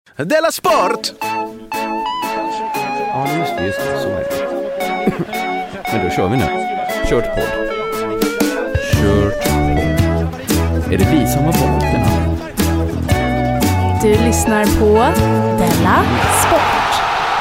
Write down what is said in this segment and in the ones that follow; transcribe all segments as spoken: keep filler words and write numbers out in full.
Della Sport! Ja, just det, just det, så är det. Men då kör vi nu. Kört podd. Kört podd. Är det vi som har valt den här? Du lyssnar på Della Sport.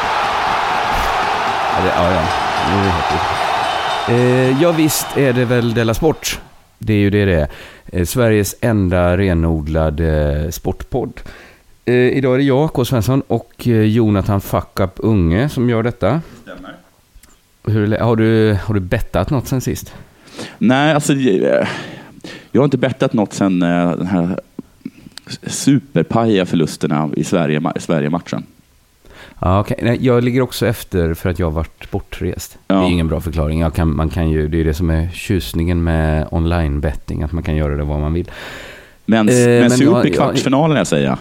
Ja, det, ja, ja. Nu är det helt eh, ja, visst är det väl Della Sport. Det är ju det det är. Eh, Sveriges enda renodlade eh, sportpodd. Eh, idag är det jag, K. Svensson, och eh, Jonathan Fuck Up Unge som gör detta. Stämmer. Hur, har, du, har du bettat något sen sist? Nej, alltså jag, jag har inte bettat något sen uh, den här superpaja förlusterna i Sverige, Sverige-matchen. Ja, okay. Nej, jag ligger också efter för att jag har varit bortrest. Ja. Det är ingen bra förklaring. Jag kan, man kan ju, det är det som är tjusningen med online-betting, att man kan göra det vad man vill. Men, eh, men, men se upp i kvartsfinalen, jag säger.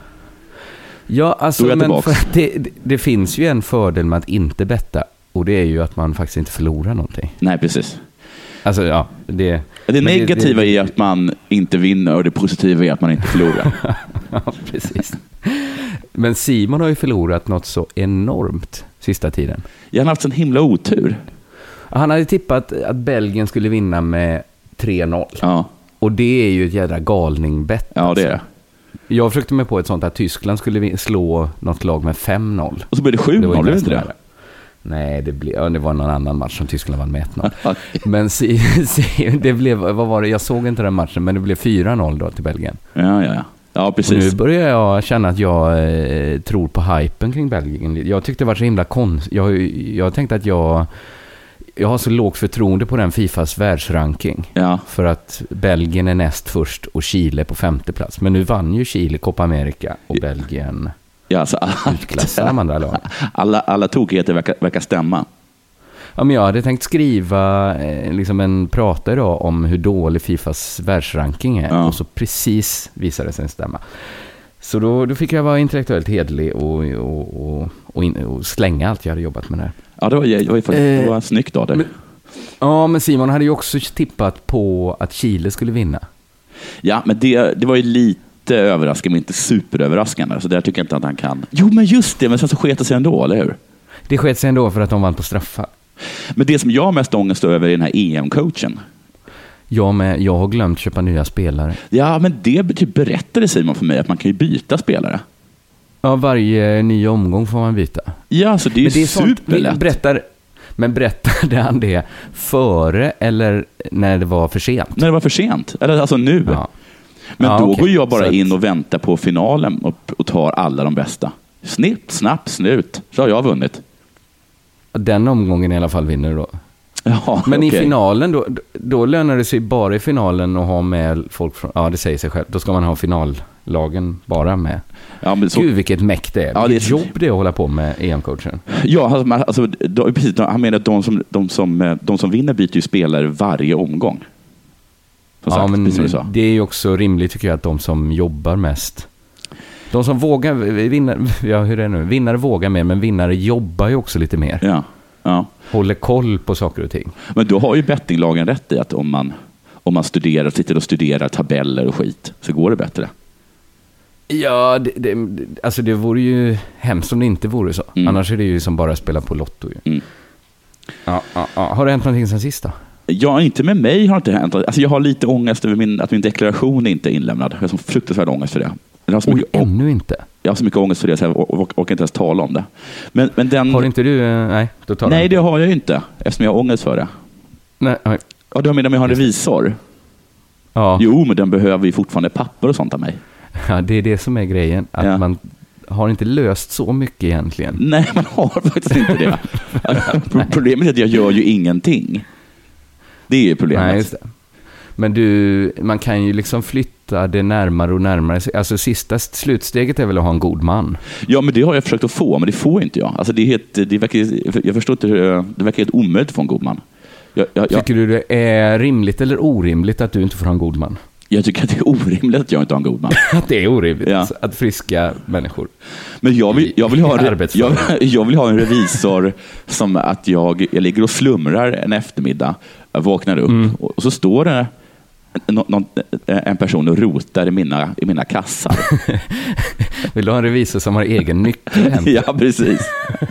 Ja, alltså, men för det, det, det finns ju en fördel med att inte betta, och det är ju att man faktiskt inte förlorar någonting. Nej, precis. Alltså, ja, det, det negativa det, det, är att man inte vinner, och det positiva är att man inte förlorar. Ja, precis. Men Simon har ju förlorat något så enormt sista tiden. Jag har haft en himla otur. Han hade tippat att Belgien skulle vinna med tre noll. Ja. Och det är ju ett jädra galningbett. Ja, det är det. Jag försökte mig på ett sånt att Tyskland skulle slå något lag med fem noll. Och så blev det sju noll, det inte det? Nej, det, blev, ja, det var någon annan match som Tyskland vann med ett noll. Men si, si, det blev, vad var det? Jag såg inte den matchen, men det blev fyra noll då till Belgien. Ja, ja, ja. Ja, precis. Och nu börjar jag känna att jag eh, tror på hypen kring Belgien. Jag tyckte det var så himla konstigt. Jag, jag tänkte att jag, jag har så lågt förtroende på den Fifas världsranking. Ja. För att Belgien är näst först och Chile på femte plats. Men nu vann ju Chile Copa America och Belgien ja, alltså, utklassar de andra lagen. Alla, alla tokigheter verkar, verkar stämma. Ja, men jag hade tänkt skriva eh, liksom en prata idag om hur dålig Fifas världsranking är. Ja. Och så precis visade det sig stämma. Så då, då fick jag vara intellektuellt hedlig och, och, och, och, in, och slänga allt jag hade jobbat med där. Ja, det var, det var, det var eh, snyggt av det. Men, ja, men Simon hade ju också tippat på att Chile skulle vinna. Ja, men det, det var ju lite överraskande, men inte superöverraskande. Så där tycker jag inte att han kan. Jo, men just det, men sen så sket det sig ändå, eller hur? Det sket sig ändå för att de vann på straffar. Men det som jag har mest ångest över är den här E M-coachen. Jag, med, jag har glömt köpa nya spelare. Ja, men det typ berättade Simon för mig att man kan ju byta spelare. Ja, varje ny omgång får man byta. Ja, så det är ju superlätt. Berättar, men berättade han det före eller när det var för sent? När det var för sent, eller alltså nu. Ja. Men ja, då okay. går jag bara att... in och väntar på finalen och, och tar alla de bästa. Snipp, snapp, snut. Så har jag vunnit. Den omgången i alla fall vinner då. Ja, men okay. i finalen då, då lönar det sig bara i finalen att ha med folk från, ja det säger sig själv, då ska man ha finallagen bara med. Ja, men så... Gud vilket mäkt det är. Ja, vilket det är... jobb det är att hålla på med E M-coachen. Ja, alltså, då, precis, han menar att de som, de, som, de som vinner byter ju spelare varje omgång. Som ja, sagt, men det är ju också rimligt tycker jag att de som jobbar mest, de som vågar vinna, ja hur är det nu? Vinnare vågar mer, men vinnare jobbar ju också lite mer. Ja, ja. Håller koll på saker och ting. Men då har ju bettinglagen rätt i att om man, om man studerar, sitter och studerar tabeller och skit, så går det bättre. Ja, det, det, alltså det vore ju hemskt om det inte vore så. Mm. Annars är det ju som bara att spela på lotto. Ju. Mm. Ja, ja, ja. Har det hänt någonting sen sista? Ja, inte med mig har det inte hänt. Alltså jag har lite ångest över min, att min deklaration inte är inlämnad. Jag har så fruktansvärd ångest för det. Jag har så Oj, mycket, ännu inte? Jag har så mycket ångest för det så jag orkar inte ens tala om det. Men, men den... Har inte du... Nej, då tar nej det har jag ju inte. Eftersom jag har ångest för det. Nej, nej. Ja, du menar om jag har en revisor? Ja. Jo, men den behöver ju fortfarande papper och sånt av mig. Ja, det är det som är grejen. Att ja. Man har inte löst så mycket egentligen. Nej, man har faktiskt inte det. Problemet är att jag gör ju ingenting. Det är ju problemet. Nej, just det. Men du, man kan ju liksom flytta det närmare och närmare. Alltså sista slutsteget är väl att ha en god man. Ja, men det har jag försökt att få, men det får inte jag. Alltså det är helt, det verkar, jag förstår inte hur, det verkar helt omöjligt att få en god man. Jag, jag, Tycker du det är rimligt eller orimligt att du inte får ha en god man? Jag tycker att det är orimligt att jag inte har en god man. Att det är orimligt ja. Att friska människor. Men jag vill, jag vill, ha, jag, jag vill ha en revisor som att jag, jag ligger och slumrar en eftermiddag. Jag vaknar upp mm. och så står det någon, någon, en person och rotar i mina, i mina kassar. Vill du ha en revisor som har egen nyckel? Ja, precis.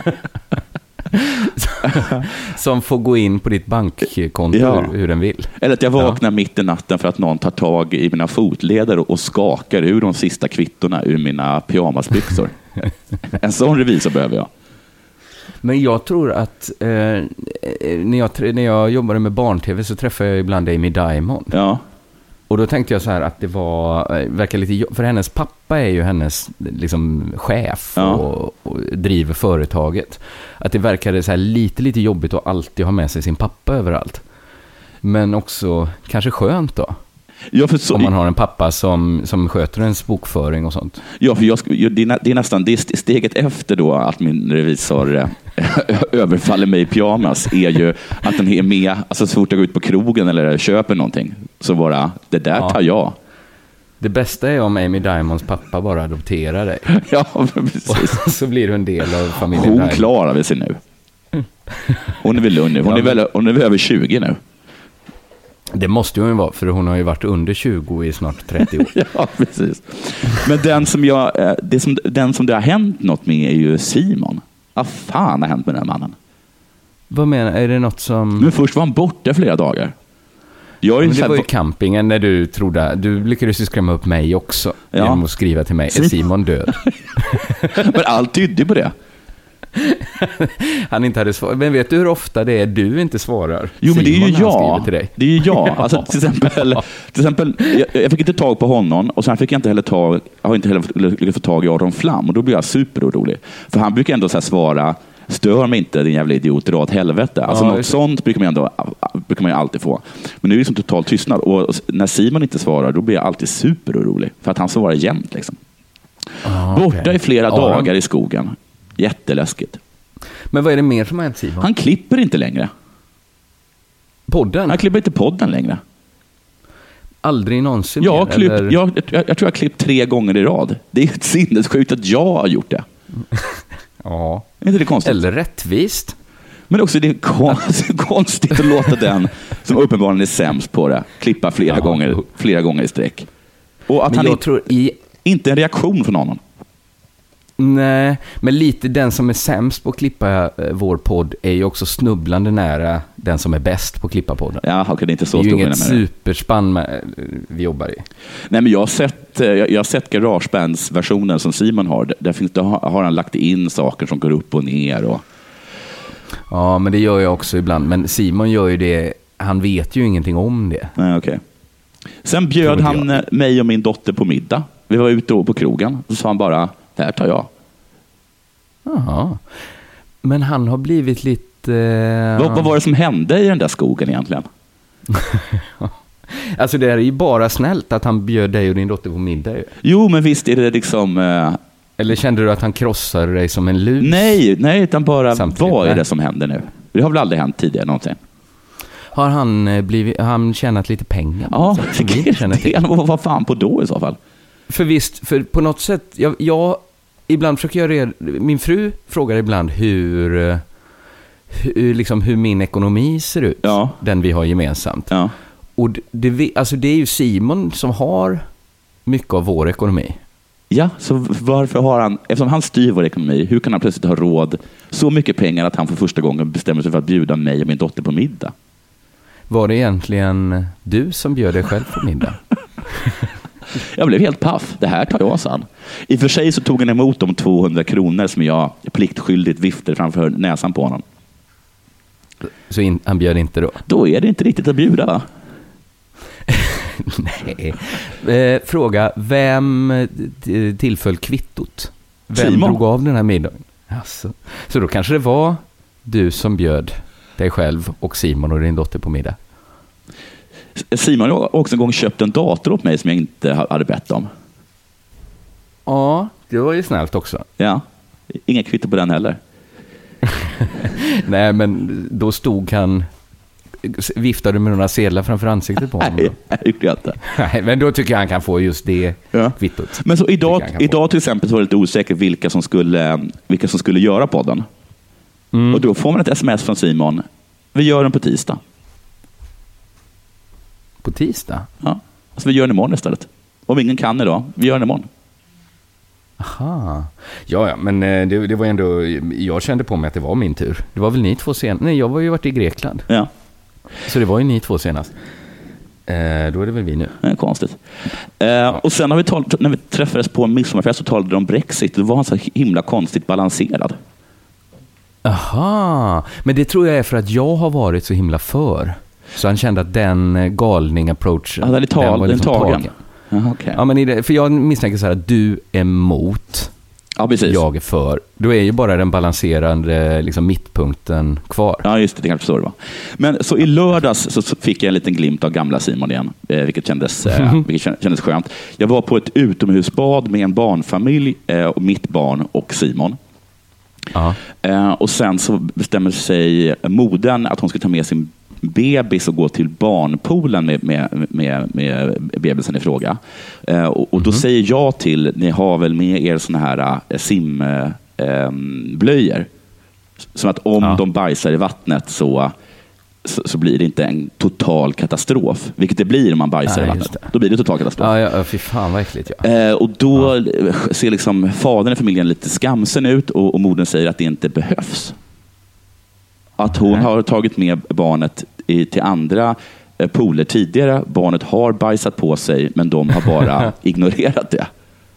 Som får gå in på ditt bankkonto ja. hur, hur den vill. Eller att jag vaknar ja. mitt i natten för att någon tar tag i mina fotleder och, och skakar ur de sista kvittorna ur mina pyjamasbyxor. En sån revisor behöver jag. Men jag tror att eh, när, jag, när jag jobbade med barn-tv så träffade jag ibland Amy Diamond. Ja. Och då tänkte jag så här att det var, verkar lite, för hennes pappa är ju hennes liksom chef ja. och, och driver företaget. Att det verkade så här lite, lite jobbigt att alltid ha med sig sin pappa överallt. Men också kanske skönt då. Ja, för så, om man har en pappa som, som sköter ens bokföring och sånt. Ja, för jag, det, är, det är nästan det är steget efter då att min revisor överfaller mig i pyjamas är ju att den är med, alltså så fort jag går ut på krogen eller köper någonting så bara, det där ja. tar jag. Det bästa är om Amy Diamonds pappa bara adopterar dig. Ja, precis. Och så blir du en del av familjen. Hon Diamond. klarar vi sig nu. Hon är väl nu. Hon, ja, är väl, hon är väl över tjugo nu. Det måste hon ju vara, för hon har ju varit under tjugo i snart trettio år. Ja, precis. Men den som, jag, det som, den som det har hänt något med är ju Simon. Vad fan har hänt med den mannen? Vad menar, är det något som... Men först var han borta flera dagar. Jag är men det här... var ju campingen när du trodde, du lyckades ju skrämma upp mig också ja. genom att skriva till mig, Simon. Är Simon död? Men allt tydde på det. Han inte hade svarat. Men vet du hur ofta det är du inte svarar? Jo, men det är ju jag. Till dig. Det är ju jag. Alltså, till exempel, till exempel jag, jag fick inte tag på honom och sen fick jag inte heller tag, jag har inte heller lyckats få tag i Aron Flam och då blir jag superorolig. För han brukar ändå så här svara, stör mig inte din jävla idiot, dra åt helvete. Alltså ja, något sånt brukar man, ändå, brukar man ju alltid få. Men nu är det liksom total tystnad och när Simon inte svarar då blir jag alltid superorolig för att han svarar jämt liksom. Ah, borta okay. i flera Aron. dagar i skogen. Jätteläskigt. Men vad är det mer som har hänt, Simon? Han klipper inte längre. Podden? Han klipper inte podden längre. Aldrig någonsin jag, mer, klipp, eller? jag, jag, jag tror jag har klippt tre gånger i rad. Det är ett sinnessjukt att jag har gjort det. Ja. Är inte det konstigt? Eller rättvist. Men också det är konstigt, konstigt att låta den som uppenbarligen är sämst på det klippa flera, ja. gånger, flera gånger i sträck. Och att men han jag inte, tror i... inte en reaktion från honom. Nej, men lite den som är sämst på att klippa vår podd är ju också snubblande nära den som är bäst på att klippa podden. Ja, okay, det är inte så det är ju stor inget superspann med, vi jobbar i. Nej, men jag har sett, jag, jag har sett GarageBands-versionen som Simon har. Där, finns, där har han lagt in saker som går upp och ner. Och... Ja, men det gör jag också ibland. Men Simon gör ju det, han vet ju ingenting om det. Nej, okej. Okay. Sen bjöd han jag. mig och min dotter på middag. Vi var ute på krogen. Så sa han bara, det här tar jag. Jaha. Men han har blivit lite... Uh... Vad, vad var det som hände i den där skogen egentligen? Alltså det är ju bara snällt att han bjöd dig och din dotter på middag. Jo, men visst är det liksom... Uh... Eller kände du att han krossade dig som en lus? Nej, nej utan bara samtidigt, vad är nej. det som händer nu? Det har väl aldrig hänt tidigare någonsin. Har han blivit, han tjänat lite pengar? Ja, det var vad fan på då i så fall. För visst, för på något sätt, jag, jag ibland försöker jag reda, min fru frågar ibland hur, hur, liksom hur min ekonomi ser ut, ja. den vi har gemensamt. Ja. Och det, alltså det är ju Simon som har mycket av vår ekonomi. Ja, så varför har han, eftersom han styr vår ekonomi, hur kan han plötsligt ha råd så mycket pengar att han för första gången bestämmer sig för att bjuda mig och min dotter på middag? Var det egentligen du som bjöd dig själv på middag? Jag blev helt paff. Det här tar jag, sann. I och för sig så tog han emot de tvåhundra kronor som jag pliktskyldigt viftade framför näsan på honom. Så in, han bjöd inte då? Då är det inte riktigt att bjuda, va? Nej. Eh, fråga, vem tillföll kvittot? Vem Simon. drog av den här middagen? Alltså. Så då kanske det var du som bjöd dig själv och Simon och din dotter på middag? Simon har också en gång köpt en dator åt mig som jag inte hade bett om. Ja, det var ju snällt också. Ja, inga kvitto på den heller. Nej, men då stod han, viftade med några sedlar framför ansiktet på honom. Nej, jag tycker inte. Nej, men då tycker jag han kan få just det ja. kvittot. Men så idag, idag till exempel så var det lite osäkert vilka som skulle, vilka som skulle göra podden. Mm. Och då får man ett sms från Simon. Vi gör den på tisdag. På tisdag? Ja, så vi gör den imorgon istället. Om ingen kan idag, vi gör den imorgon. Aha. Ja, ja, men det, det var ändå, jag kände på mig att det var min tur. Det var väl ni två senast? Nej, jag var ju varit i Grekland. Ja. Så det var ju ni två senast. Eh, då är det väl vi nu. Det är konstigt. Eh, ja. Och sen har vi talat, när vi träffades på en midsommarfest så talade de om Brexit. Då var han så himla konstigt balanserad. Aha, men det tror jag är för att jag har varit så himla för. Så han kände att den galning approachen, ja, den, tal, den var liksom tagen. tagen. Aha, okay. Ja, men i det, för jag misstänker så här att du är emot, ja, precis. Jag är för. Då är ju bara den balanserande liksom, mittpunkten kvar. Ja, just det, det kanske så det var. Men så i lördags så fick jag en liten glimt av gamla Simon igen, eh, vilket, kändes, eh, vilket kändes skönt. Jag var på ett utomhusbad med en barnfamilj, eh, och mitt barn och Simon. Eh, och sen så bestämmer sig modern att hon ska ta med sin bebis och gå till barnpoolen med, med, med, med bebisen i fråga. Eh, och, och då mm-hmm. säger jag till, ni har väl med er såna här äh, simblöjor. Eh, som att om ja. de bajsar i vattnet så, så, så blir det inte en total katastrof. Vilket det blir om man bajsar ja, i vattnet. Då blir det total katastrof. Ja, ja, fy fan vad äckligt. Ja. Eh, och då ja. ser liksom fadern i familjen lite skamsen ut och, och modern säger att det inte behövs. Att hon Nej. har tagit med barnet i, till andra eh, pooler tidigare. Barnet har bajsat på sig, men de har bara ignorerat det.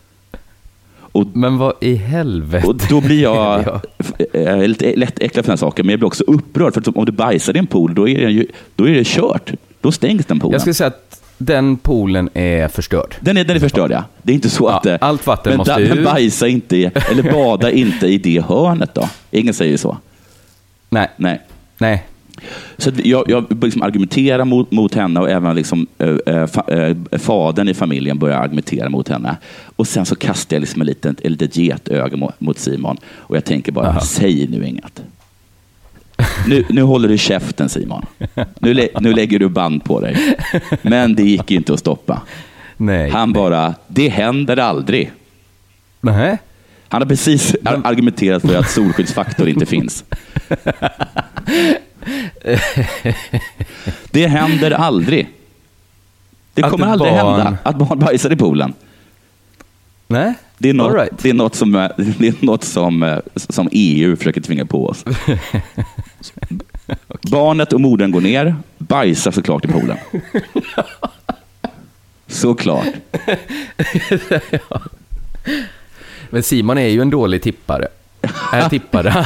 Och, men vad i helvete? Och då blir jag äh, lite lätt äcklad för den här saken, men jag blir också upprörd. För om du bajsar i en pool, då är det, ju, då är det kört. Då stängs den poolen. Jag skulle säga att den poolen är förstörd. Den är, den är förstörd, ja. Det är inte så ja, att... allt vatten men, måste ut. Men bajsa inte, i, eller bada inte i det hörnet då. Ingen säger så. Nej. Nej. Nej. Så jag, jag liksom argumenterar mot, mot henne och även liksom, äh, fa, äh, fadern i familjen börjar argumentera mot henne. Och sen så kastar jag liksom en liten, ett litet getöga mot, mot Simon. Och jag tänker bara, Aha. säg nu inget. Nu, nu håller du käften, Simon. Nu, lä, nu lägger du band på dig. Men det gick inte att stoppa. Nej, Han nej. bara, det händer aldrig. Nej. Han har precis argumenterat för att solskyddsfaktor inte finns. Det händer aldrig. Det kommer aldrig barn... hända att barn bajsar i poolen. Nej. Det är något, right. det är något, som, det är något som, som E U försöker tvinga på oss. Okay. Barnet och modern går ner, bajsar såklart i poolen. Såklart. Ja. Men Simon är ju en dålig tippare. Är tippare.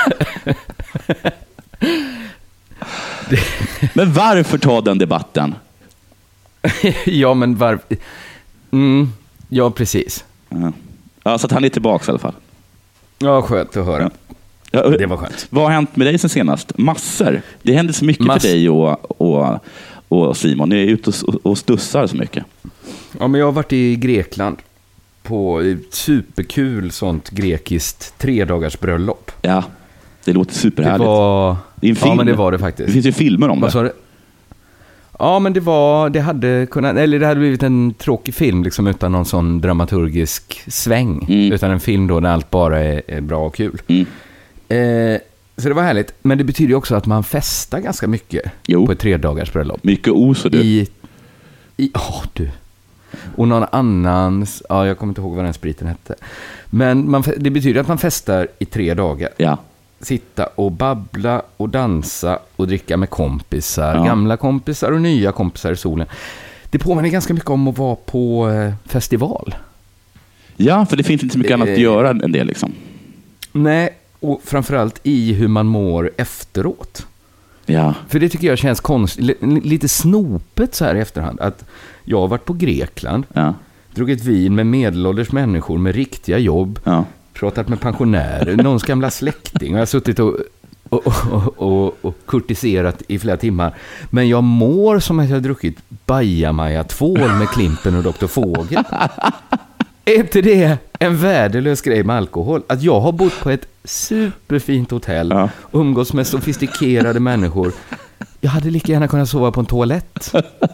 Men varför ta den debatten? Ja, men varför? Mm, ja, precis. Ja. Ja, så att han är tillbaka i alla fall. Ja, skönt att höra. Ja. Det var skönt. Vad har hänt med dig sen senast? Massor. Det händer så mycket Mass- för dig och, och, och Simon. Ni är ute och, och stussar så mycket. Ja, men jag har varit i Grekland på superkul sånt grekiskt tre dagars bröllop. Ja, det låter superhärligt. Det var... Det är en film. Ja, men det var det faktiskt. Det finns ju filmer om Vad det. det. Ja, men det var... Det hade kunnat... Eller det hade blivit en tråkig film liksom utan någon sån dramaturgisk sväng. Mm. Utan en film då där allt bara är, är bra och kul. Mm. Eh, så det var härligt. Men det betyder ju också att man festar ganska mycket jo. på ett tre dagars bröllop. Mycket os och du. I... i oh, du... Och någon annans, ja, jag kommer inte ihåg vad den spriten hette. Men man, det betyder att man festar i tre dagar. Ja. Sitta och babbla och dansa och dricka med kompisar. Ja. Gamla kompisar och nya kompisar i solen. Det påminner ganska mycket om att vara på eh, festival. Ja, för det finns inte så mycket det, annat att göra än det liksom. Nej, och framförallt i hur man mår efteråt. Ja. För det tycker jag känns konstigt, lite snopet så här i efterhand. Att jag har varit på Grekland, ja. druckit vin med medelålders människor med riktiga jobb, ja. pratat med pensionärer, någons gamla släkting, och jag har suttit och, och, och, och, och kurtiserat i flera timmar. Men jag mår som att jag har druckit bajamaja tvål med Klimpen och doktor Fågel. Är inte det en värdelös grej med alkohol? Att jag har bott på ett superfint hotell ja. och umgås med sofistikerade människor. Jag hade lika gärna kunnat sova på en toalett.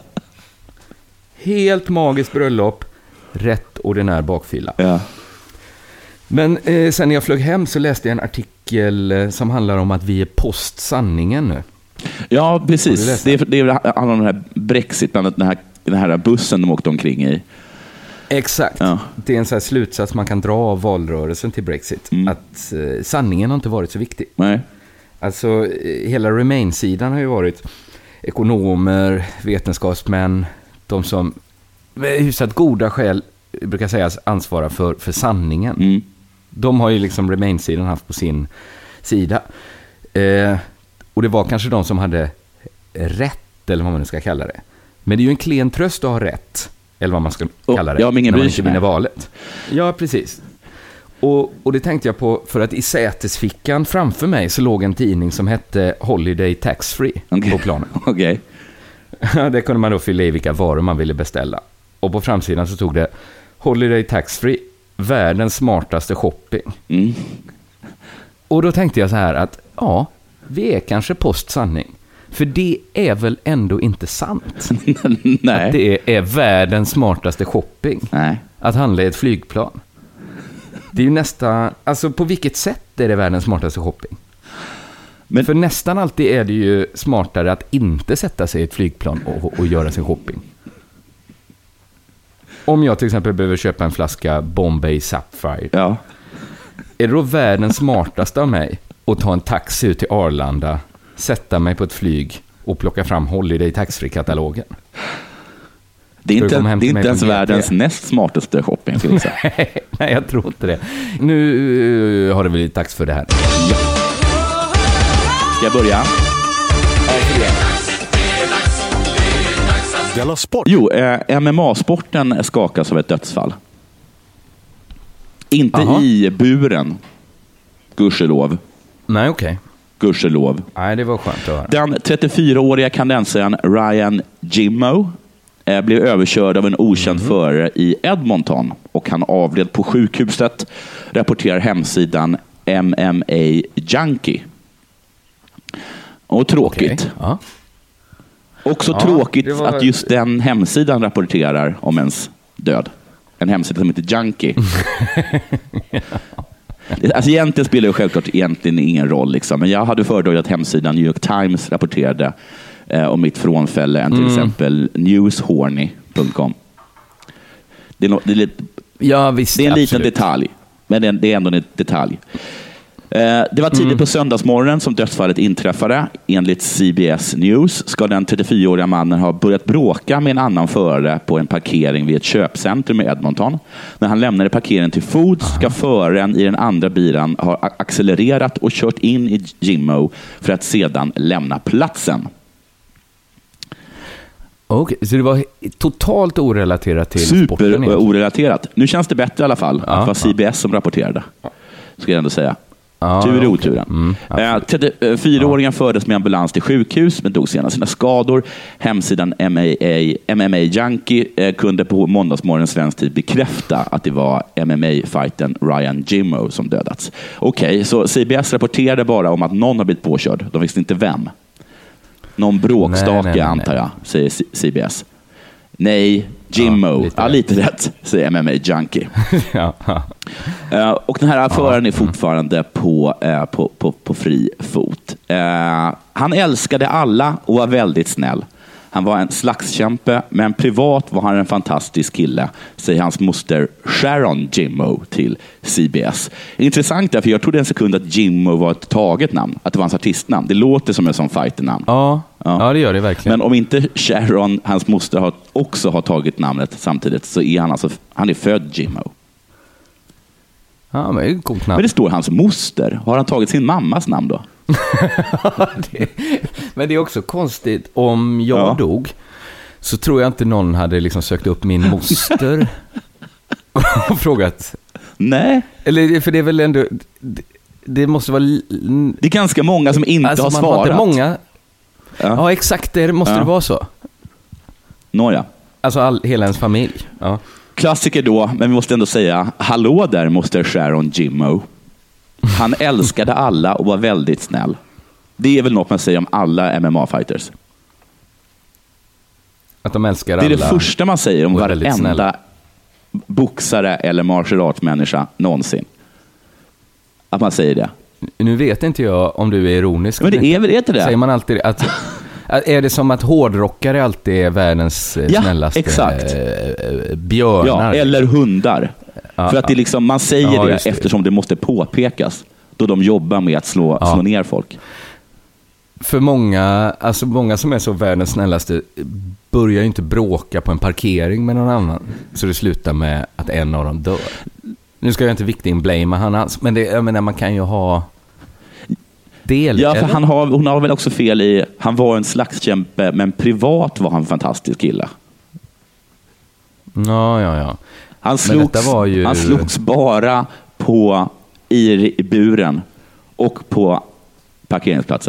Helt magiskt bröllop. Rätt ordinär bakfylla. Ja. Men eh, sen när jag flög hem så läste jag en artikel eh, som handlar om att vi är post-sanningen nu. Ja, precis. Det är, det är alla de här Brexit, bland annat den här, den här bussen de åkte omkring i. Exakt. Ja. Det är en sån här slutsats man kan dra av valrörelsen till Brexit. Mm. Att eh, sanningen har inte varit så viktig. Nej. Alltså, hela Remain-sidan har ju varit ekonomer, vetenskapsmän, de som med hyfsat goda skäl brukar sägas ansvara för, för sanningen. Mm. De har ju liksom Remain-sidan haft på sin sida. Eh, och det var kanske de som hade rätt, eller vad man nu ska kalla det. Men det är ju en klen tröst att ha rätt, eller vad man ska kalla det, ja, men ingen när man bryr inte sig vinner valet. Ja, precis. Och, och det tänkte jag på för att i sätesfickan framför mig så låg en tidning som hette Holiday Tax Free okay. på planen. Okej. Okay. Där kunde man då fylla i vilka varor man ville beställa. Och på framsidan så tog det Holiday Tax Free, världens smartaste shopping. Mm. Och då tänkte jag så här att ja, vi är kanske postsanning. För det är väl ändå inte sant. Nej. Att det är, är världens smartaste shopping. Nej. Att handla i ett flygplan. Det är ju nästa, alltså på vilket sätt är det världens smartaste shopping? Men, för nästan alltid är det ju smartare att inte sätta sig i ett flygplan och, och göra sin shopping. Om jag till exempel behöver köpa en flaska Bombay Sapphire. Ja. Är det då världens smartaste av mig att ta en taxi ut till Arlanda, sätta mig på ett flyg och plocka fram Holiday Tax-free-katalogen? Det är inte, det är inte ens världens näst smartaste shopping, skulle jag säga. Nej, jag tror inte det. Nu har det blivit dags för det här. Ja. Ska jag börja? Della Sport. Jo, eh, M M A-sporten skakas av ett dödsfall. Inte Aha. i buren. Gudskelov. Nej, okej. Okay. Gudskelov. Nej, det var skönt att höra. Den trettiofyraåriga kanadensaren Ryan Jimmo eh, blev överkörd av en okänd mm. förare i Edmonton och han avled på sjukhuset, rapporterar hemsidan M M A Junkie. Och tråkigt. Okay. Ja. Också ja, tråkigt var... att just den hemsidan rapporterar om ens död. En hemsida som heter Junkie. Ja. Alltså egentligen spelar det självklart egentligen ingen roll. Liksom. Men jag hade föredragit att hemsidan New York Times rapporterade eh, om mitt frånfälle än till mm. exempel newshorny punkt com. Det är, no, det är, lite, ja, visst, det är en absolut. liten detalj. Men det är, det är ändå en detalj. Det var tidigt mm. på söndagsmorgonen som dödsfallet inträffade. Enligt C B S News ska den trettiofyraåriga mannen ha börjat bråka med en annan förare på en parkering vid ett köpcentrum i Edmonton. När han lämnade parkeringen till fots ska föraren i den andra bilen ha accelererat och kört in i Jimmo för att sedan lämna platsen. Okej, okay, så det var totalt orelaterat till Super sporten? Super orelaterat. Nu känns det bättre i alla fall ja, att det var C B S ja. som rapporterade. Ska jag ändå säga. Ah, Tur i oturen. Mm, eh, trettiofyraåringen ja. fördes med ambulans till sjukhus men dog senare sina skador. Hemsidan M M A Junkie eh, kunde på måndagsmorgon svensk tid bekräfta att det var M M A-fighten Ryan Jimmo som dödats. Okej, okay, så C B S rapporterade bara om att någon har blivit påkörd. De visste inte vem. Någon bråkstake nej, nej, nej, antar jag, säger C B S. Nej, Jimmo. Ja, lite, ja, lite rätt, säger M M A Junkie. ja, ja. Uh, och den här föraren är fortfarande på, uh, på, på, på fri fot. Uh, han älskade alla och var väldigt snäll. Han var en slagskämpe, men privat var han en fantastisk kille, säger hans moster Sharon Jimmo till C B S. Intressant där, för jag trodde en sekund att Jimmo var ett taget namn, att det var hans artistnamn. Det låter som en sån fighternamn. Ja, ja. ja, det gör det verkligen. Men om inte Sharon, hans moster, har, också har tagit namnet samtidigt så är han alltså, han är född Jimmo. Ja, men det är ett coolt namn. Men det står hans moster. Har han tagit sin mammas namn då? det, men det är också konstigt. Om jag ja. dog så tror jag inte någon hade liksom sökt upp min moster och frågat. Nej. Eller för det är väl ändå det, det måste vara det är ganska många som inte alltså, har man svarat. Har inte många. Ja. ja, exakt. Det måste ja. det vara så. Nåja. Alltså all, hela ens familj. Ja. Klassiker då, men vi måste ändå säga hallå där, moster Sharon Jimmo. Han älskade alla och var väldigt snäll. Det är väl något man säger om alla M M A-fighters. Att de älskar alla. Det är det första man säger om varenda boxare eller martial arts-människa någonsin. Att man säger det. nu vet inte jag om du är ironisk. Men det är väl inte det? Säger man alltid att... Är det som att hårdrockare alltid är världens ja, snällaste exakt. björnar? Ja, eller hundar. Ja, För att det liksom, man säger ja, det, det eftersom det måste påpekas. Då de jobbar med att slå, ja. slå ner folk. För många, alltså många som är så världens snällaste börjar ju inte bråka på en parkering med någon annan. Så det slutar med att en av dem dör. Nu ska jag inte victim blame han hans, men det, jag menar, man kan ju ha del. Ja, för eller? han har, hon har väl också fel i, han var en slagskämpe, men privat var han en fantastisk kille. Ja, ja, ja. Han slogs, var ju... han slogs bara på i, i buren och på parkeringsplatser.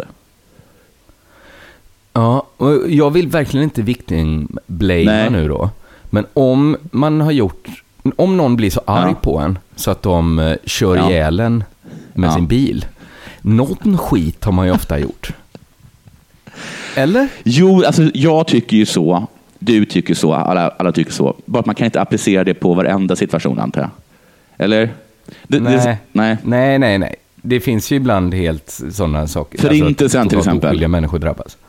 Ja, och jag vill verkligen inte victim blame nu då. Men om man har gjort, om någon blir så arg ja. på en så att de uh, kör ja. ihjäl en med ja. sin bil. Någon skit har man ju ofta gjort. Eller? Jo, alltså jag tycker ju så. Du tycker så. Alla, alla tycker så. Bara att man kan inte applicera det på varenda situation, antar jag. Eller? Det, nej. Det, nej. nej, nej, nej. Det finns ju ibland helt sådana saker. Förintelsen alltså, till exempel. Oskyldiga människor drabbas.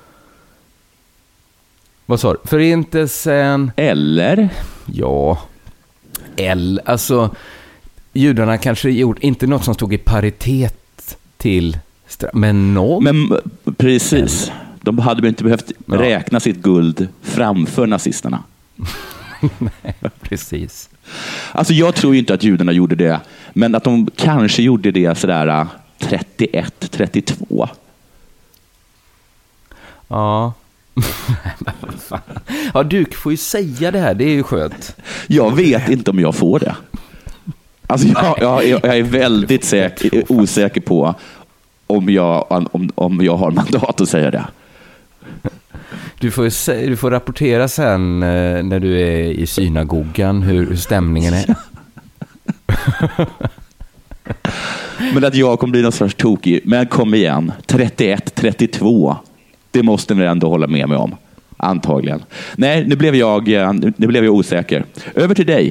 Vad sa du? Förintelsen... Eller? Ja. Eller, alltså... Judarna kanske gjort, inte något som stod i paritet till... Men någon... Men precis. Eller. De hade väl inte behövt ja. räkna sitt guld framför nazisterna. Nej, precis. Alltså jag tror ju inte att judarna gjorde det. Men att de kanske gjorde det sådär trettioett trettiotvå. Ja. Ja, du får ju säga det här. Det är ju skönt. Jag vet inte om jag får det. Alltså jag, jag, jag är väldigt säker, osäker på om jag, om, om jag har mandat att säga det. Du får, du får rapportera sen när du är i synagogan hur, hur stämningen är. Men att jag kommer bli någon sorts tokig. Men kom igen, trettioett trettiotvå. Det måste ni ändå hålla med mig om. Antagligen. Nej, nu blev jag, nu blev jag osäker. Över till dig.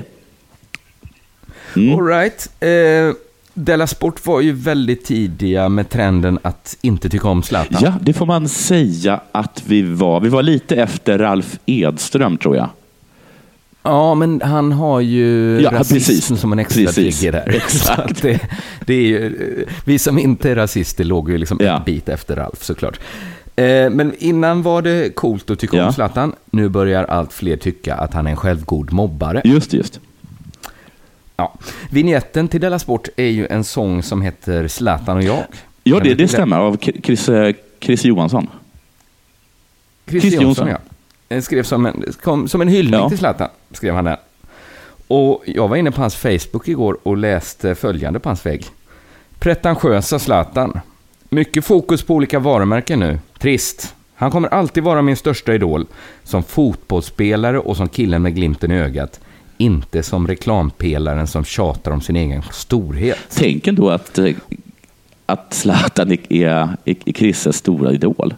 Mm. All right. Eh, Della Sport var ju väldigt tidiga med trenden att inte tycka om Zlatan. Ja, det får man säga att vi var. Vi var lite efter Ralf Edström, tror jag. Ja, men han har ju ja, rasism precis. som en extra trigger där. Exakt. det, det är ju, vi som inte är rasister låg ju liksom ja. en bit efter Ralf, såklart. Eh, men innan var det coolt att tycka ja. om Zlatan. Nu börjar allt fler tycka att han är en självgod mobbare. Just, just. Ja. Vignetten till Della Sport är ju en sång som heter Zlatan och jag. Ja, det, det stämmer. Av Chris, Chris Johansson. Chris, Chris Johansson, ja. Den skrev som en, kom, som en hyllning ja. till Zlatan, skrev han där. Och jag var inne på hans Facebook igår och läste följande på hans vägg. Pretentiösa Zlatan. Mycket fokus på olika varumärken nu. Trist. Han kommer alltid vara min största idol. Som fotbollsspelare och som killen med glimten i ögat. Inte som reklampelaren som tjatar om sin egen storhet. Tänk ändå att, att Zlatan är, är, är Chriss stora idol.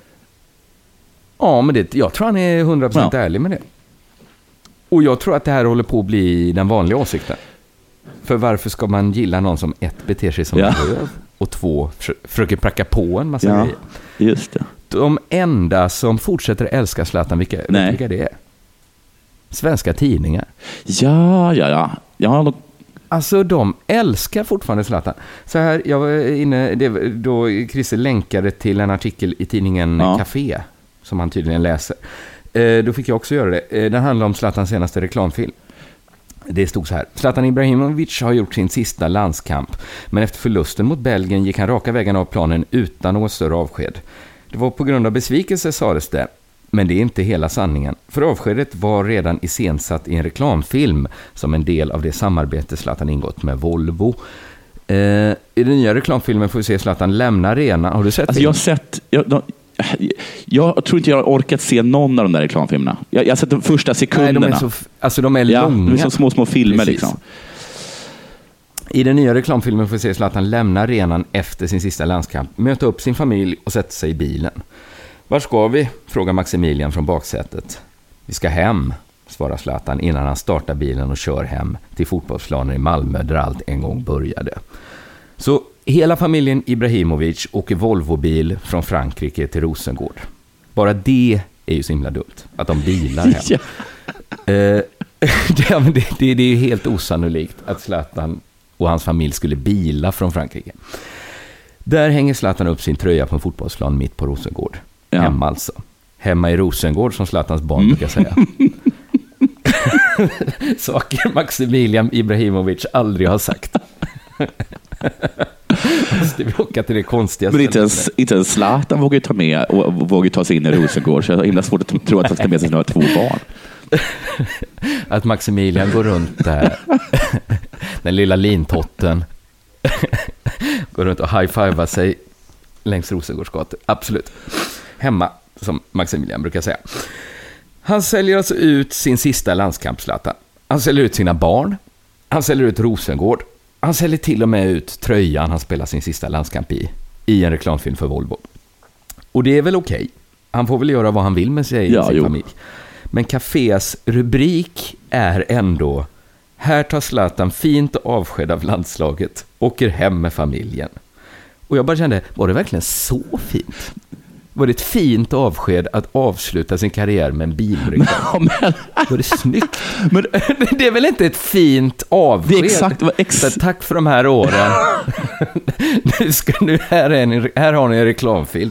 Ja, men det, jag tror han är hundra procent ja. ärlig med det. Och jag tror att det här håller på att bli den vanliga åsikten. För varför ska man gilla någon som ett beter sig som ja. en röv och två försöker pracka på en massa ja, grejer? Just det. De enda som fortsätter älska Zlatan, vilka, vilka det är? Svenska tidningar. Ja, ja, ja. ja Alltså de älskar fortfarande Zlatan. Så här, jag var inne, det, då Chrisse länkade till en artikel i tidningen ja. Café, som han tydligen läser. Eh, då fick jag också göra det. Eh, den handlar om Zlatans senaste reklamfilm. Det stod så här. Zlatan Ibrahimovic har gjort sin sista landskamp. Men efter förlusten mot Belgien gick han raka vägen av planen utan något större avsked. Det var på grund av besvikelse, sades det. Men det är inte hela sanningen. För avskedet var redan iscensatt i en reklamfilm som en del av det samarbete Zlatan ingått med Volvo. Eh, I den nya reklamfilmen får vi se Zlatan lämna arenan. Har du sett alltså, det? Jag har sett... Jag, de, jag tror inte jag har orkat se någon av de där reklamfilmerna. Jag, jag har sett de första sekunderna. Nej, de är så, alltså de är ja, långa. De är som små, små filmer liksom. I den nya reklamfilmen får vi se Zlatan lämna arenan efter sin sista landskamp, möta upp sin familj och sätta sig i bilen. Var ska vi? Frågar Maximilian från baksätet. Vi ska hem, svarar Zlatan innan han startar bilen och kör hem till fotbollsplanen i Malmö där allt en gång började. Så Hela familjen Ibrahimovic åker Volvobil från Frankrike till Rosengård. Bara det är ju så himla dumt, att de bilar hem. Ja. Eh, det, det, det, det är ju helt osannolikt att Zlatan och hans familj skulle bila från Frankrike. Där hänger Zlatan upp sin tröja på en fotbollsplan mitt på Rosengård. Ja. Hemma alltså. Hemma i Rosengård, som Zlatans barn mm. brukar säga. Saker Maximilian Ibrahimovic aldrig har sagt. Måste vi åka till det konstigaste. Men inte ens, inte ens Zlatan vågar ta med och, och vågar ta sig in i Rosengård, så jag har himla svårt att tro att han ska med sig några två barn. Att Maximilian går runt där, den lilla lintotten, går runt och high-fivar sig längs Rosengårdsgatan. Absolut. Hemma, som Maximilian brukar säga. Han säljer alltså ut sin sista landskamp, Zlatan. Han säljer ut sina barn. Han säljer ut Rosengård. Han säljer till och med ut tröjan han spelar sin sista landskamp i, i en reklamfilm för Volvo. Och det är väl okej. Okay. Han får väl göra vad han vill med sig ja, i sin jo. familj. Men Cafés rubrik är ändå: här tar Zlatan fint avsked av landslaget, åker hem med familjen. Och jag bara kände, var det verkligen så fint? Var det ett fint avsked att avsluta sin karriär med en bilreklam? Men... Var det snyggt? Men... Det är väl inte ett fint avsked? Det är exakt, ex... Så tack för de här åren. nu ska, nu, här, är en, här har ni en reklamfilm.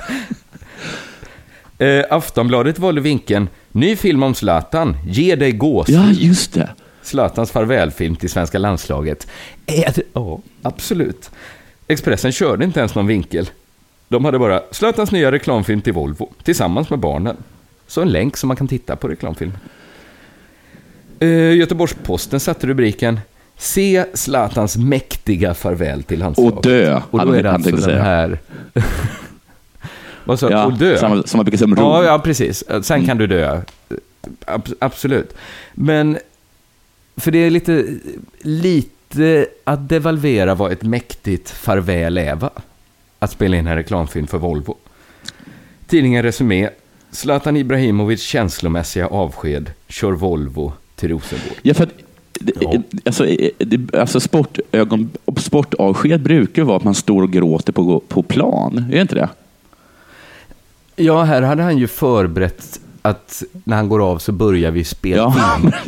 Eh, Aftonbladet valde vinkeln: ny film om Zlatan, ge dig gås. Ja, just det. Zlatans farvälfilm till svenska landslaget. Är det... Ja, absolut. Expressen körde inte ens någon vinkel. De hade bara Zlatans nya reklamfilm till Volvo tillsammans med barnen. Så en länk som man kan titta på reklamfilm. Uh, Göteborgs-Posten satte rubriken: se Zlatans mäktiga farväl till landslaget. Och dö. Och då är det alltså den säga. här... Vad sa, ja, och dö? Som, som man brukar säga om Rom. Ja, ja, precis. Sen kan du dö. Ab- absolut. Men för det är lite, lite att devalvera vad ett mäktigt farväl är, va? Att spela in en reklamfilm för Volvo. Tidningen Resumé: Zlatan Ibrahimovic känslomässiga avsked, kör Volvo till Rosengård. Ja, för att ja. Alltså, alltså sportögon, sportavsked brukar vara att man står och gråter på, på plan. Är det inte det? Ja, här hade han ju förberett att när han går av så börjar vi spela ja. film.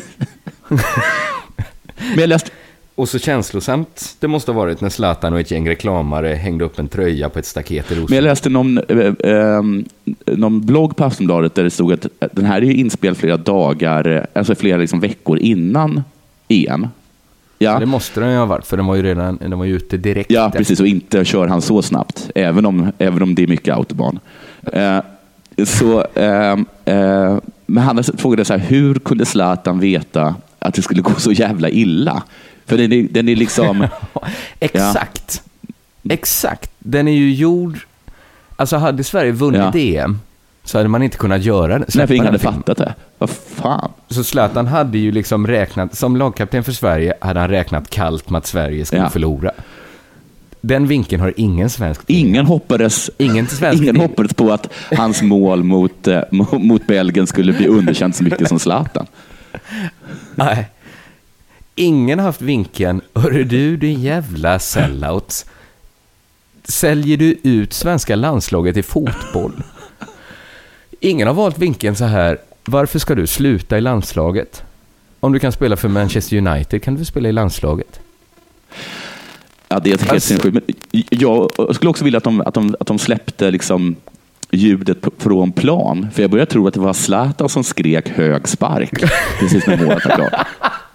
Men jag läste... Och så känslosamt det måste ha varit när Zlatan och ett gäng reklamare hängde upp en tröja på ett staket i Rosengård. Men jag läste någon, eh, eh, någon blogg på Aftonbladet där det stod att den här är ju inspelad flera dagar, alltså flera liksom veckor innan E M. Ja. Det måste den ju ha varit, för den var ju redan den var ju ute direkt. Ja, precis, och inte kör han så snabbt, även om, även om det är mycket autobahn. Eh, så, eh, eh, men han frågade så här, hur kunde Zlatan veta att det skulle gå så jävla illa? För den är, den är liksom... Exakt. Ja. Exakt. Den är ju gjord... Alltså hade Sverige vunnit ja. E M så hade man inte kunnat göra det. Nej, för ingen hade fattat det. Vad fan? Så Zlatan hade ju liksom räknat... Som lagkapten för Sverige hade han räknat kallt med att Sverige skulle ja. förlora. Den vinkeln har ingen svensk... Ingen hoppades, ingen ingen hoppades på att hans mål mot, eh, mot Belgien skulle bli underkänt så mycket som Zlatan. Nej. Ingen har haft vinkeln: hörru du, din jävla sellout. Säljer du ut svenska landslaget i fotboll? Ingen har valt vinkeln så här: varför ska du sluta i landslaget? Om du kan spela för Manchester United kan du spela i landslaget. Ja, det är helt alltså... sinnessjukt. Men jag skulle också vilja att de, att de, att de släppte liksom ljudet från plan. För jag började tro att det var Zlatan som skrek hög spark precis när målet var klart.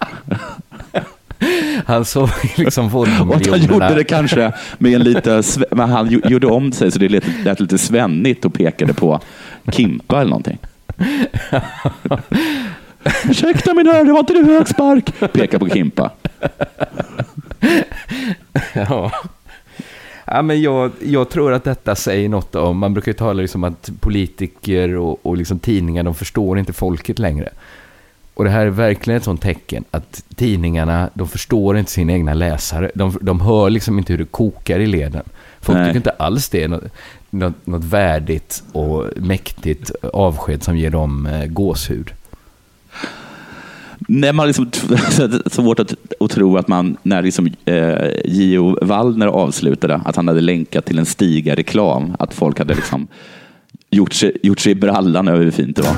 Han såg liksom Volvo-miljonerna. Han gjorde det kanske med en lite, men han gjorde om sig så det lät, lät lite svennigt och pekade på Kimpa eller någonting. Ursäkta min herre, var inte det hög spark? Pekar på Kimpa. Ja. Ja, men jag, jag tror att detta säger något om, man brukar ju tala liksom att politiker och, och liksom tidningar, de förstår inte folket längre. Och det här är verkligen ett sånt tecken att tidningarna, de förstår inte sina egna läsare. De, de hör liksom inte hur det kokar i leden. Folk tycker inte alls det är något, något, något värdigt och mäktigt avsked som ger dem eh, gåshud. När man liksom svårt att, att tro att man, när liksom, eh, Gio Wallner avslutade, att han hade länkat till en Stiga-reklam, att folk hade liksom gjort sig, gjort sig i brallan över hur fint det var.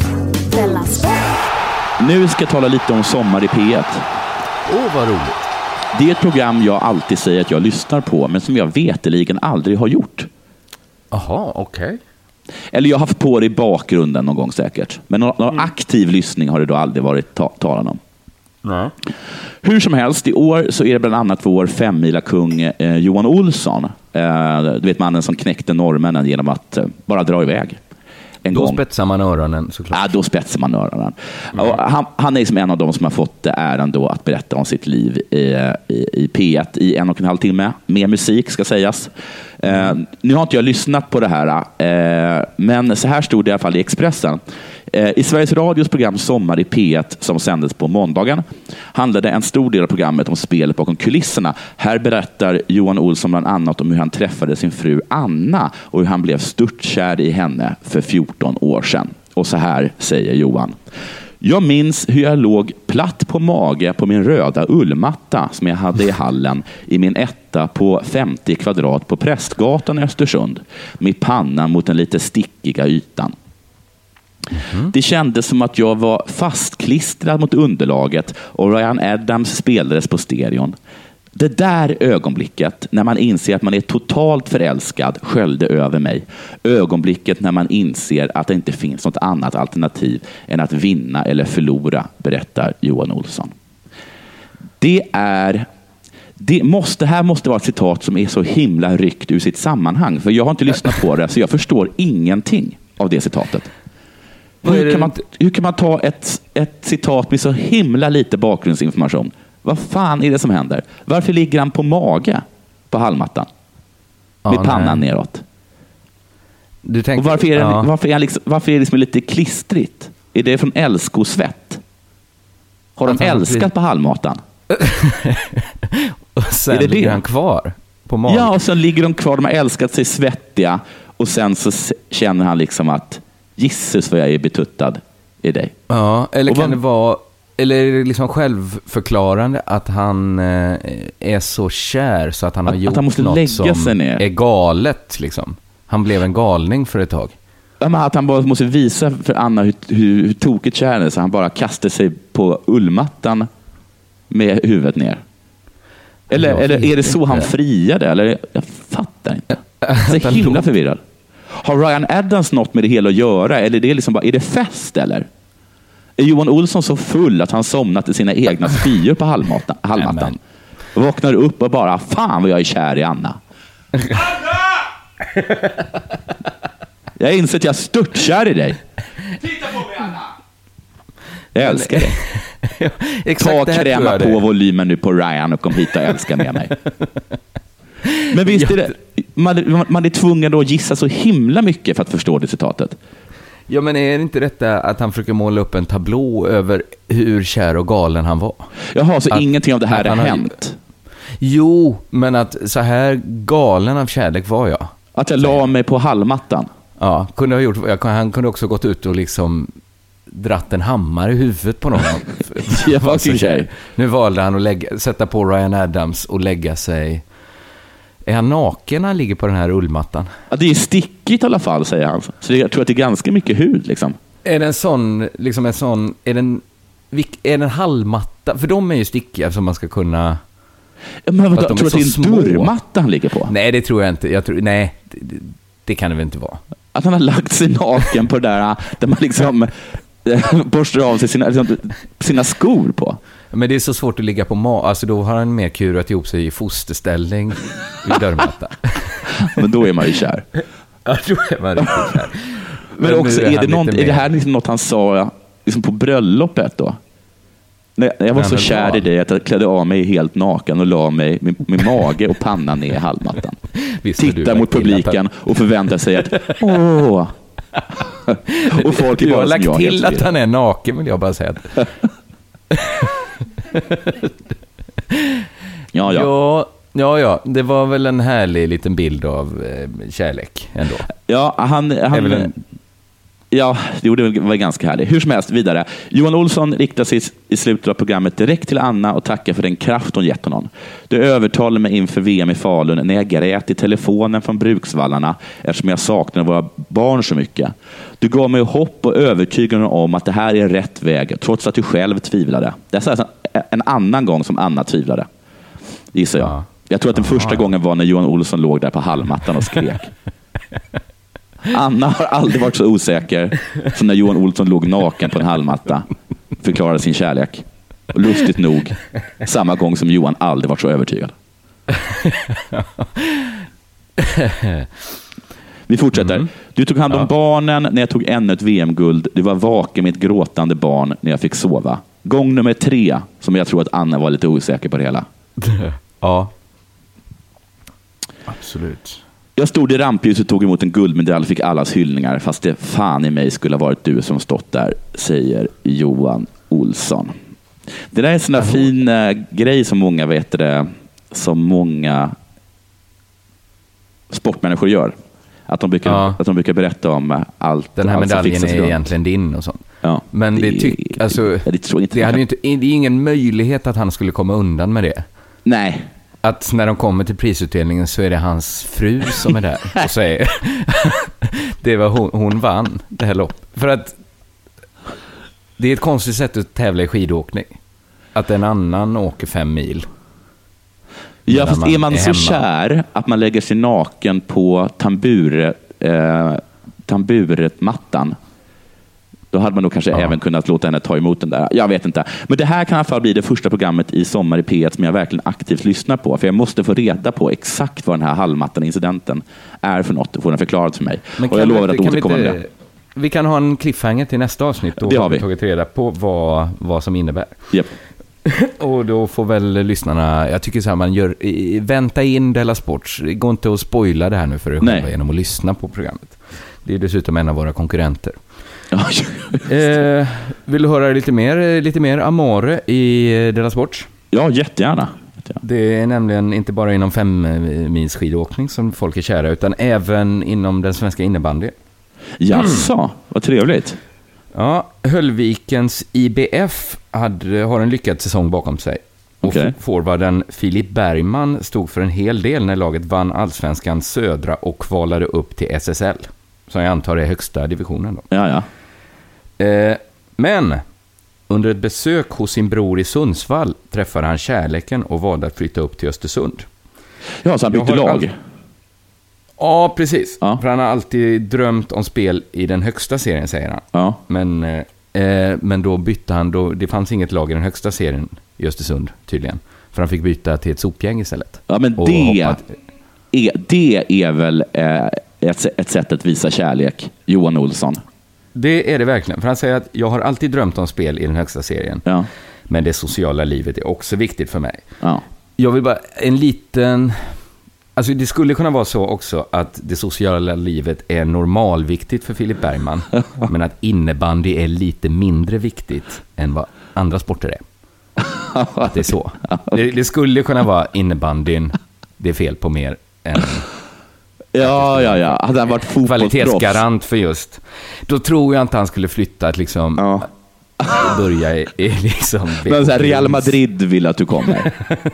Nu ska jag tala lite om Sommar i P ett. Åh, oh, vad roligt. Det är ett program jag alltid säger att jag lyssnar på, men som jag veteligen aldrig har gjort. Jaha, okej. Okay. Eller jag har haft på det i bakgrunden någon gång säkert. Men någon, någon mm. aktiv lyssning har det då aldrig varit ta- talan om. Nej. Hur som helst, i år så är det bland annat vår femmila kung eh, Johan Olsson. Eh, du vet, mannen som knäckte norrmännen genom att eh, bara dra iväg. En då gång. spetsar man öronen såklart. Ja, då spetsar man öronen. Mm. Och han, han är liksom en av de som har fått äran då att berätta om sitt liv i, i, i P ett i en och en halv timme. Med musik ska sägas. Mm. Eh, nu har inte jag lyssnat på det här, eh, men så här stod det i alla fall i Expressen. Eh, I Sveriges Radios program Sommar i P ett som sändes på måndagen handlade en stor del av programmet om spelet bakom kulisserna. Här berättar Johan Olsson bland annat om hur han träffade sin fru Anna och hur han blev störtkär i henne för fjorton år sedan. Och så här säger Johan. Jag minns hur jag låg platt på mage på min röda ullmatta som jag hade i hallen i min etta på femtio kvadrat på Prästgatan i Östersund med pannan mot den lite stickiga ytan. Mm. Det kändes som att jag var fastklistrad mot underlaget och Ryan Adams spelades på stereon. Det där ögonblicket när man inser att man är totalt förälskad sköljde över mig. Ögonblicket när man inser att det inte finns något annat alternativ än att vinna eller förlora, berättar Johan Olsson. Det är... Det måste, här måste vara ett citat som är så himla ryckt ur sitt sammanhang. För jag har inte lyssnat på det, så jag förstår ingenting av det citatet. Hur kan man, hur kan man ta ett, ett citat med så himla lite bakgrundsinformation? Vad fan är det som händer? Varför ligger han på mage på hallmattan? Ja, med pannan nej. neråt. Du tänker, och varför är, den, ja. varför är, han liksom, varför är det liksom lite klistrigt? Är det från älskosvett? Har de älskat blir... på hallmattan? Och sen är det ligger det? han kvar på magen? Ja, och sen ligger de kvar. De har älskat sig svettiga. Och sen så känner han liksom att Jesus, vad jag är betuttad i dig. Ja, eller och kan vad... det vara... Eller är det liksom självförklarande att han eh, är så kär så att han har att, gjort att han måste något lägga som sig ner. är galet liksom. Han blev en galning för ett tag. Ja, men att han bara måste visa för Anna hur, hur, hur tokigt kär är, så han bara kastar sig på ullmattan med huvudet ner. Eller, eller är det så inte. Han friade? Eller, jag fattar inte. Så himla förvirrad. Har Ryan Adams något med det hela att göra? Eller är det, liksom bara, är det fest eller? Är Johan Olsson så full att han somnat i sina egna spyor på halvmattan? halvmattan? Och vaknar upp och bara, fan vad jag är kär i Anna. Anna! Jag inser att jag är störtkär i dig. Titta på mig, Anna! Jag älskar dig. Ja, ta kräma på volymen nu på Ryan och kom hit och älska med mig. Men visst är det, man, man är tvungen då att gissa så himla mycket för att förstå det citatet. Ja, men är det inte detta att han försöker måla upp en tablå över hur kär och galen han var? Jaha, så att, ingenting av det här har har hänt? Jo, men att så här galen av kärlek var jag. Att jag la mig på hallmattan? Ja, kunde ha gjort, jag, han kunde också gått ut och liksom dratt en hammare i huvudet på någon. Jag var så kär. Nu valde han att lägga, sätta på Ryan Adams och lägga sig... Är han naken när han ligger på den här ullmattan? Ja, det är stickigt i alla fall, säger han. Så jag tror att det är ganska mycket hud liksom. Är det en sån, liksom en sån, är det en, är det en halmmatta? För de är ju stickiga som man ska kunna... Ja, men vad, tror du att det är en dörrmatta han ligger på? Nej, det tror jag inte. Jag tror, nej, det, det kan det väl inte vara. Att han har lagt sig naken på det där, där man liksom borstar av sig sina, sina skor på. Men det är så svårt att ligga på ma. Alltså då har han mer kurat ihop sig i fosterställning i dörrmatta. Men då är man ju kär. Ja, då är man riktigt kär. Men, Men också, är, är, det någon, är det här liksom något han sa liksom på bröllopet då? När jag var så kär var. i dig att jag klädde av mig helt naken och la mig med, med mage och pannan ner i halvmattan. Titta mot publiken och förvänta sig att åh. Och folk du har lagt jag, till att han är naken, vill jag bara säga. ja, ja. ja, ja, ja. Det var väl en härlig liten bild av eh, kärlek ändå. Ja, han... han en... Ja, jo, det var ganska härligt. Hur som helst, vidare. Johan Olsson riktar sig i slutet av programmet direkt till Anna och tackar för den kraft hon gett honom. Du övertalade mig inför V M i Falun när jag grät i telefonen från Bruksvallarna eftersom jag saknade våra barn så mycket. Du gav mig hopp och övertygande om att det här är rätt väg, trots att du själv tvivlade. Det är en annan gång som Anna tvivlade, gissar jag. Ja. Jag tror att den första gången var när Johan Olsson låg där på hallmattan och skrek. Anna har aldrig varit så osäker som när Johan Olsson låg naken på en hallmatta, förklarade sin kärlek. Och lustigt nog, samma gång som Johan aldrig varit så övertygad. Vi fortsätter. Mm. Du tog hand om ja. barnen när jag tog ännu ett V M-guld. Du var vaken med ett gråtande barn när jag fick sova. Gång nummer tre, som jag tror att Anna var lite osäker på det hela. Ja. Absolut. Jag stod i rampljuset och tog emot en guldmedalj och fick allas hyllningar, fast det fan i mig skulle ha varit du som stått där, säger Johan Olsson. Det där är en sån där oh. fin äh, grej som många vet det, som många sportmänniskor gör. Att de brukar, ja. att de brukar berätta om allt. Den här allt medaljen är egentligen din och sånt. Ja, men det, det, tyck, alltså, det, tror inte det, hade ju inte, det är ingen möjlighet att han skulle komma undan med det. Nej. Att när de kommer till prisutdelningen så är det hans fru som är där och säger det var hon, hon vann det här lopp. För att det är ett konstigt sätt att tävla i skidåkning. Att en annan åker fem mil. Ja, fast man är man är så hemma. Kär att man lägger sig naken på tambure, eh, tamburetmattan, då hade man nog kanske ja. även kunnat låta henne ta emot den där. Jag vet inte. Men det här kan i alla fall bli det första programmet i Sommar i P ett som jag verkligen aktivt lyssnar på. För jag måste få reda på exakt vad den här halmmattan-incidenten är för något. Och få den förklarad för mig. Men och jag lovar att återkomma med det. Vi kan ha en cliffhanger till nästa avsnitt. Då det har vi. vi tagit reda på vad, vad som innebär. Yep. Och då får väl lyssnarna, jag tycker så här, man gör, vänta in Della Sport. Det går inte att spoila det här nu för er själva genom att lyssna på programmet. Det är dessutom en av våra konkurrenter. eh, vill du höra lite mer, lite mer Amore i Della Sport? Ja, jättegärna. jättegärna. Det är nämligen inte bara inom femmils skidåkning som folk är kära, utan även inom den svenska innebandy. Jaså, mm. vad trevligt. Ja, Höllvikens I B F hade, har en lyckad säsong bakom sig. Okay. Och forwarden Filip Bergman stod för en hel del när laget vann Allsvenskan södra och kvalade upp till S S L. Som jag antar är högsta divisionen då. Ja, ja. Eh, men under ett besök hos sin bror i Sundsvall träffade han kärleken och valde att flytta upp till Östersund. Ja, så han bytte lag. All... Ja, precis. Ja. För han har alltid drömt om spel i den högsta serien, säger han. Ja. Men, eh, men då bytte han, då, det fanns inget lag i den högsta serien i Östersund tydligen. För han fick byta till ett sopgäng istället. Ja, men det är, det är väl eh, ett, ett sätt att visa kärlek, Johan Olsson. Det är det verkligen. För han säger att jag har alltid drömt om spel i den högsta serien. Ja. Men det sociala livet är också viktigt för mig. Ja. Jag vill bara en liten... Alltså det skulle kunna vara så också att det sociala livet är normalviktigt för Filip Bergman. Men att innebandy är lite mindre viktigt än vad andra sporter är. Att det är så. Det, det skulle kunna vara innebandyn. Det är fel på mer än... Ja, ja, ja. Hade han varit fotbollsproffs. Kvalitetsgarant för just. Då tror jag inte han skulle flytta att liksom... Ja. Börja i, i liksom... Men så här, Real Madrid vill att du kommer.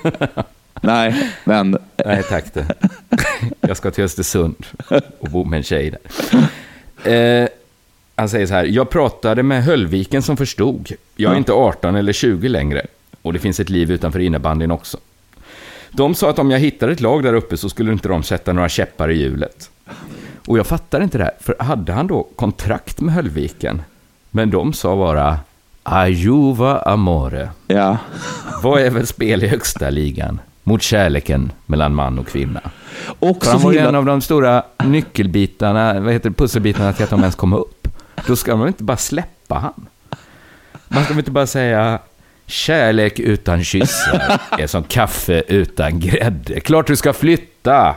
Nej, men... Nej, tack det. Jag ska till Östersund och bo med en tjej där. Eh, han säger så här: jag pratade med Höllviken som förstod. Jag är inte arton eller tjugo längre. Och det finns ett liv utanför innebandyn också. De sa att om jag hittade ett lag där uppe så skulle inte de sätta några käppar i hjulet. Och jag fattar inte det här. För hade han då kontrakt med Höllviken? Men de sa bara Ajuva Amore. Ja. Vad är väl spel i högsta ligan mot kärleken mellan man och kvinna? Och han var ju en av de stora nyckelbitarna, vad heter det, pusselbitarna till att de ens kommer upp. Då ska man inte bara släppa han. Man ska inte bara säga kärlek utan kyssar är som kaffe utan grädde. Klart du ska flytta.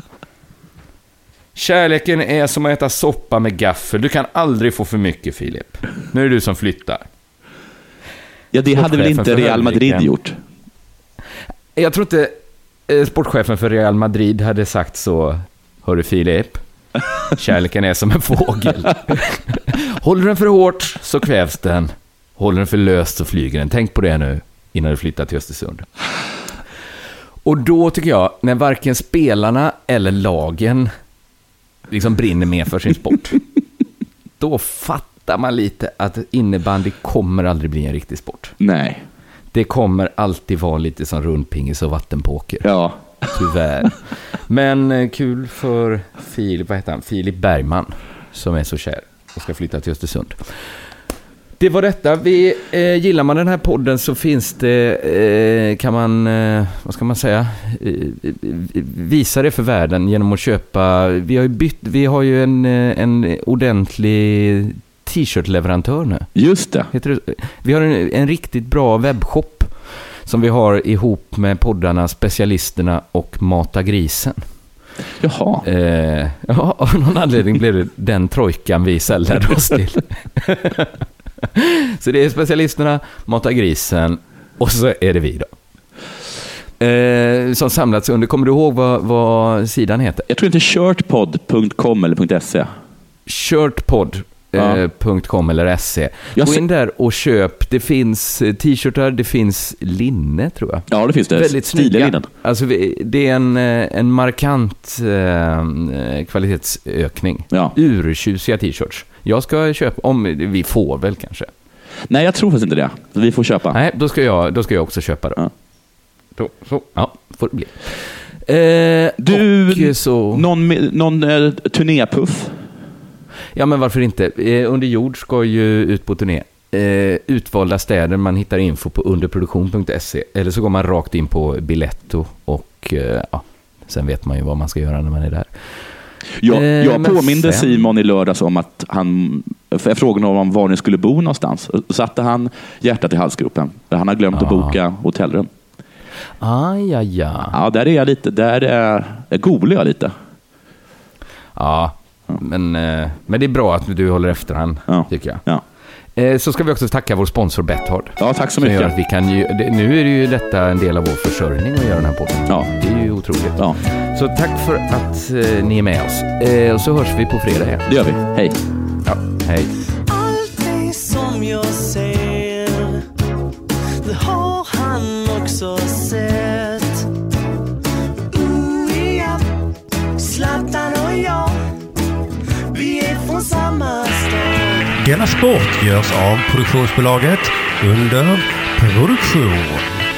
Kärleken är som att äta soppa med gaffel. Du kan aldrig få för mycket, Filip. Nu är det du som flyttar. Ja, det hade väl inte Real Madrid gjort? Jag tror inte eh, sportchefen för Real Madrid hade sagt så. Hörru Filip, kärleken är som en fågel. Håller den för hårt så kvävs den. Håller den för löst så flyger den. Tänk på det nu innan du flyttar till Östersund. Och då tycker jag, när varken spelarna eller lagen liksom brinner mer för sin sport, då fattar man lite att innebandy kommer aldrig bli en riktig sport. Nej. Det kommer alltid vara lite som rundpingis och vattenpoker. Ja. Tyvärr. Men kul för Filip, vad heter han? Filip Bergman, som är så kär och ska flytta till Östersund. Det var detta. Vi, eh, gillar man den här podden så finns det, eh, kan man, eh, vad ska man säga, eh, visa det för världen genom att köpa. Vi har ju bytt, vi har ju en, en ordentlig t-shirt-leverantör nu. Just det. Heter det. Vi har en, en riktigt bra webbshop som vi har ihop med poddarna Specialisterna och Mata Grisen. Jaha. Eh, ja, av någon anledning blev det den trojkan vi säljer oss till. Så det är Specialisterna, Mata Grisen och så är det vi då. Eh, som samlats under, kommer du ihåg vad, vad sidan heter? Jag tror inte shirtpod punkt com eller .se. Shirtpod. Ja. .com eller .se. Jag Gå se- in där och köp. Det finns t-shirtar, det finns linne tror jag. Ja, det finns det. Väldigt Stiliga snygga. linnen. Alltså det är en, en markant eh, kvalitetsökning. Ja. Urtjusiga t-shirts. Jag ska köpa, om vi får väl kanske. Nej, jag tror faktiskt inte det. Vi får köpa. Nej, då ska jag, då ska jag också köpa det. Ja. Så, så, ja, får det bli. Eh, Du, och så... någon, någon eh, turnépuff? Ja, men varför inte? Eh, Under jord ska ju ut på turné. Eh, utvalda städer, man hittar info på underproduktion punkt se. Eller så går man rakt in på Biletto och eh, ja, sen vet man ju vad man ska göra när man är där. Jag, Eh, jag men påminde sen- Simon i lördags om att han, för jag frågade honom var ni skulle bo någonstans. Och satte han hjärtat i halsgropen. Han har glömt Ja. att boka hotellrum. Aj, aj, aj. Ja, där är jag lite, där är, där googlar jag lite. Ja, men, eh, men det är bra att du håller efter han, Ja. tycker jag. Ja, Eh, så ska vi också tacka vår sponsor Bethard. ja tack så Som gör att mycket. vi kan ju, det, nu är det ju detta en del av vår försörjning att göra den här podden. Ja. Det är ju otroligt. Ja, Så tack för att eh, ni är med oss. Eh, och så hörs vi på fredag igen. det gör vi. Hej. Ja, hej. Allting som jag ser, det har han också sett. Ooh, ja. Zlatan och jag, vi är från samma stad. Denna sport görs av produktionsbolaget Under Produktion.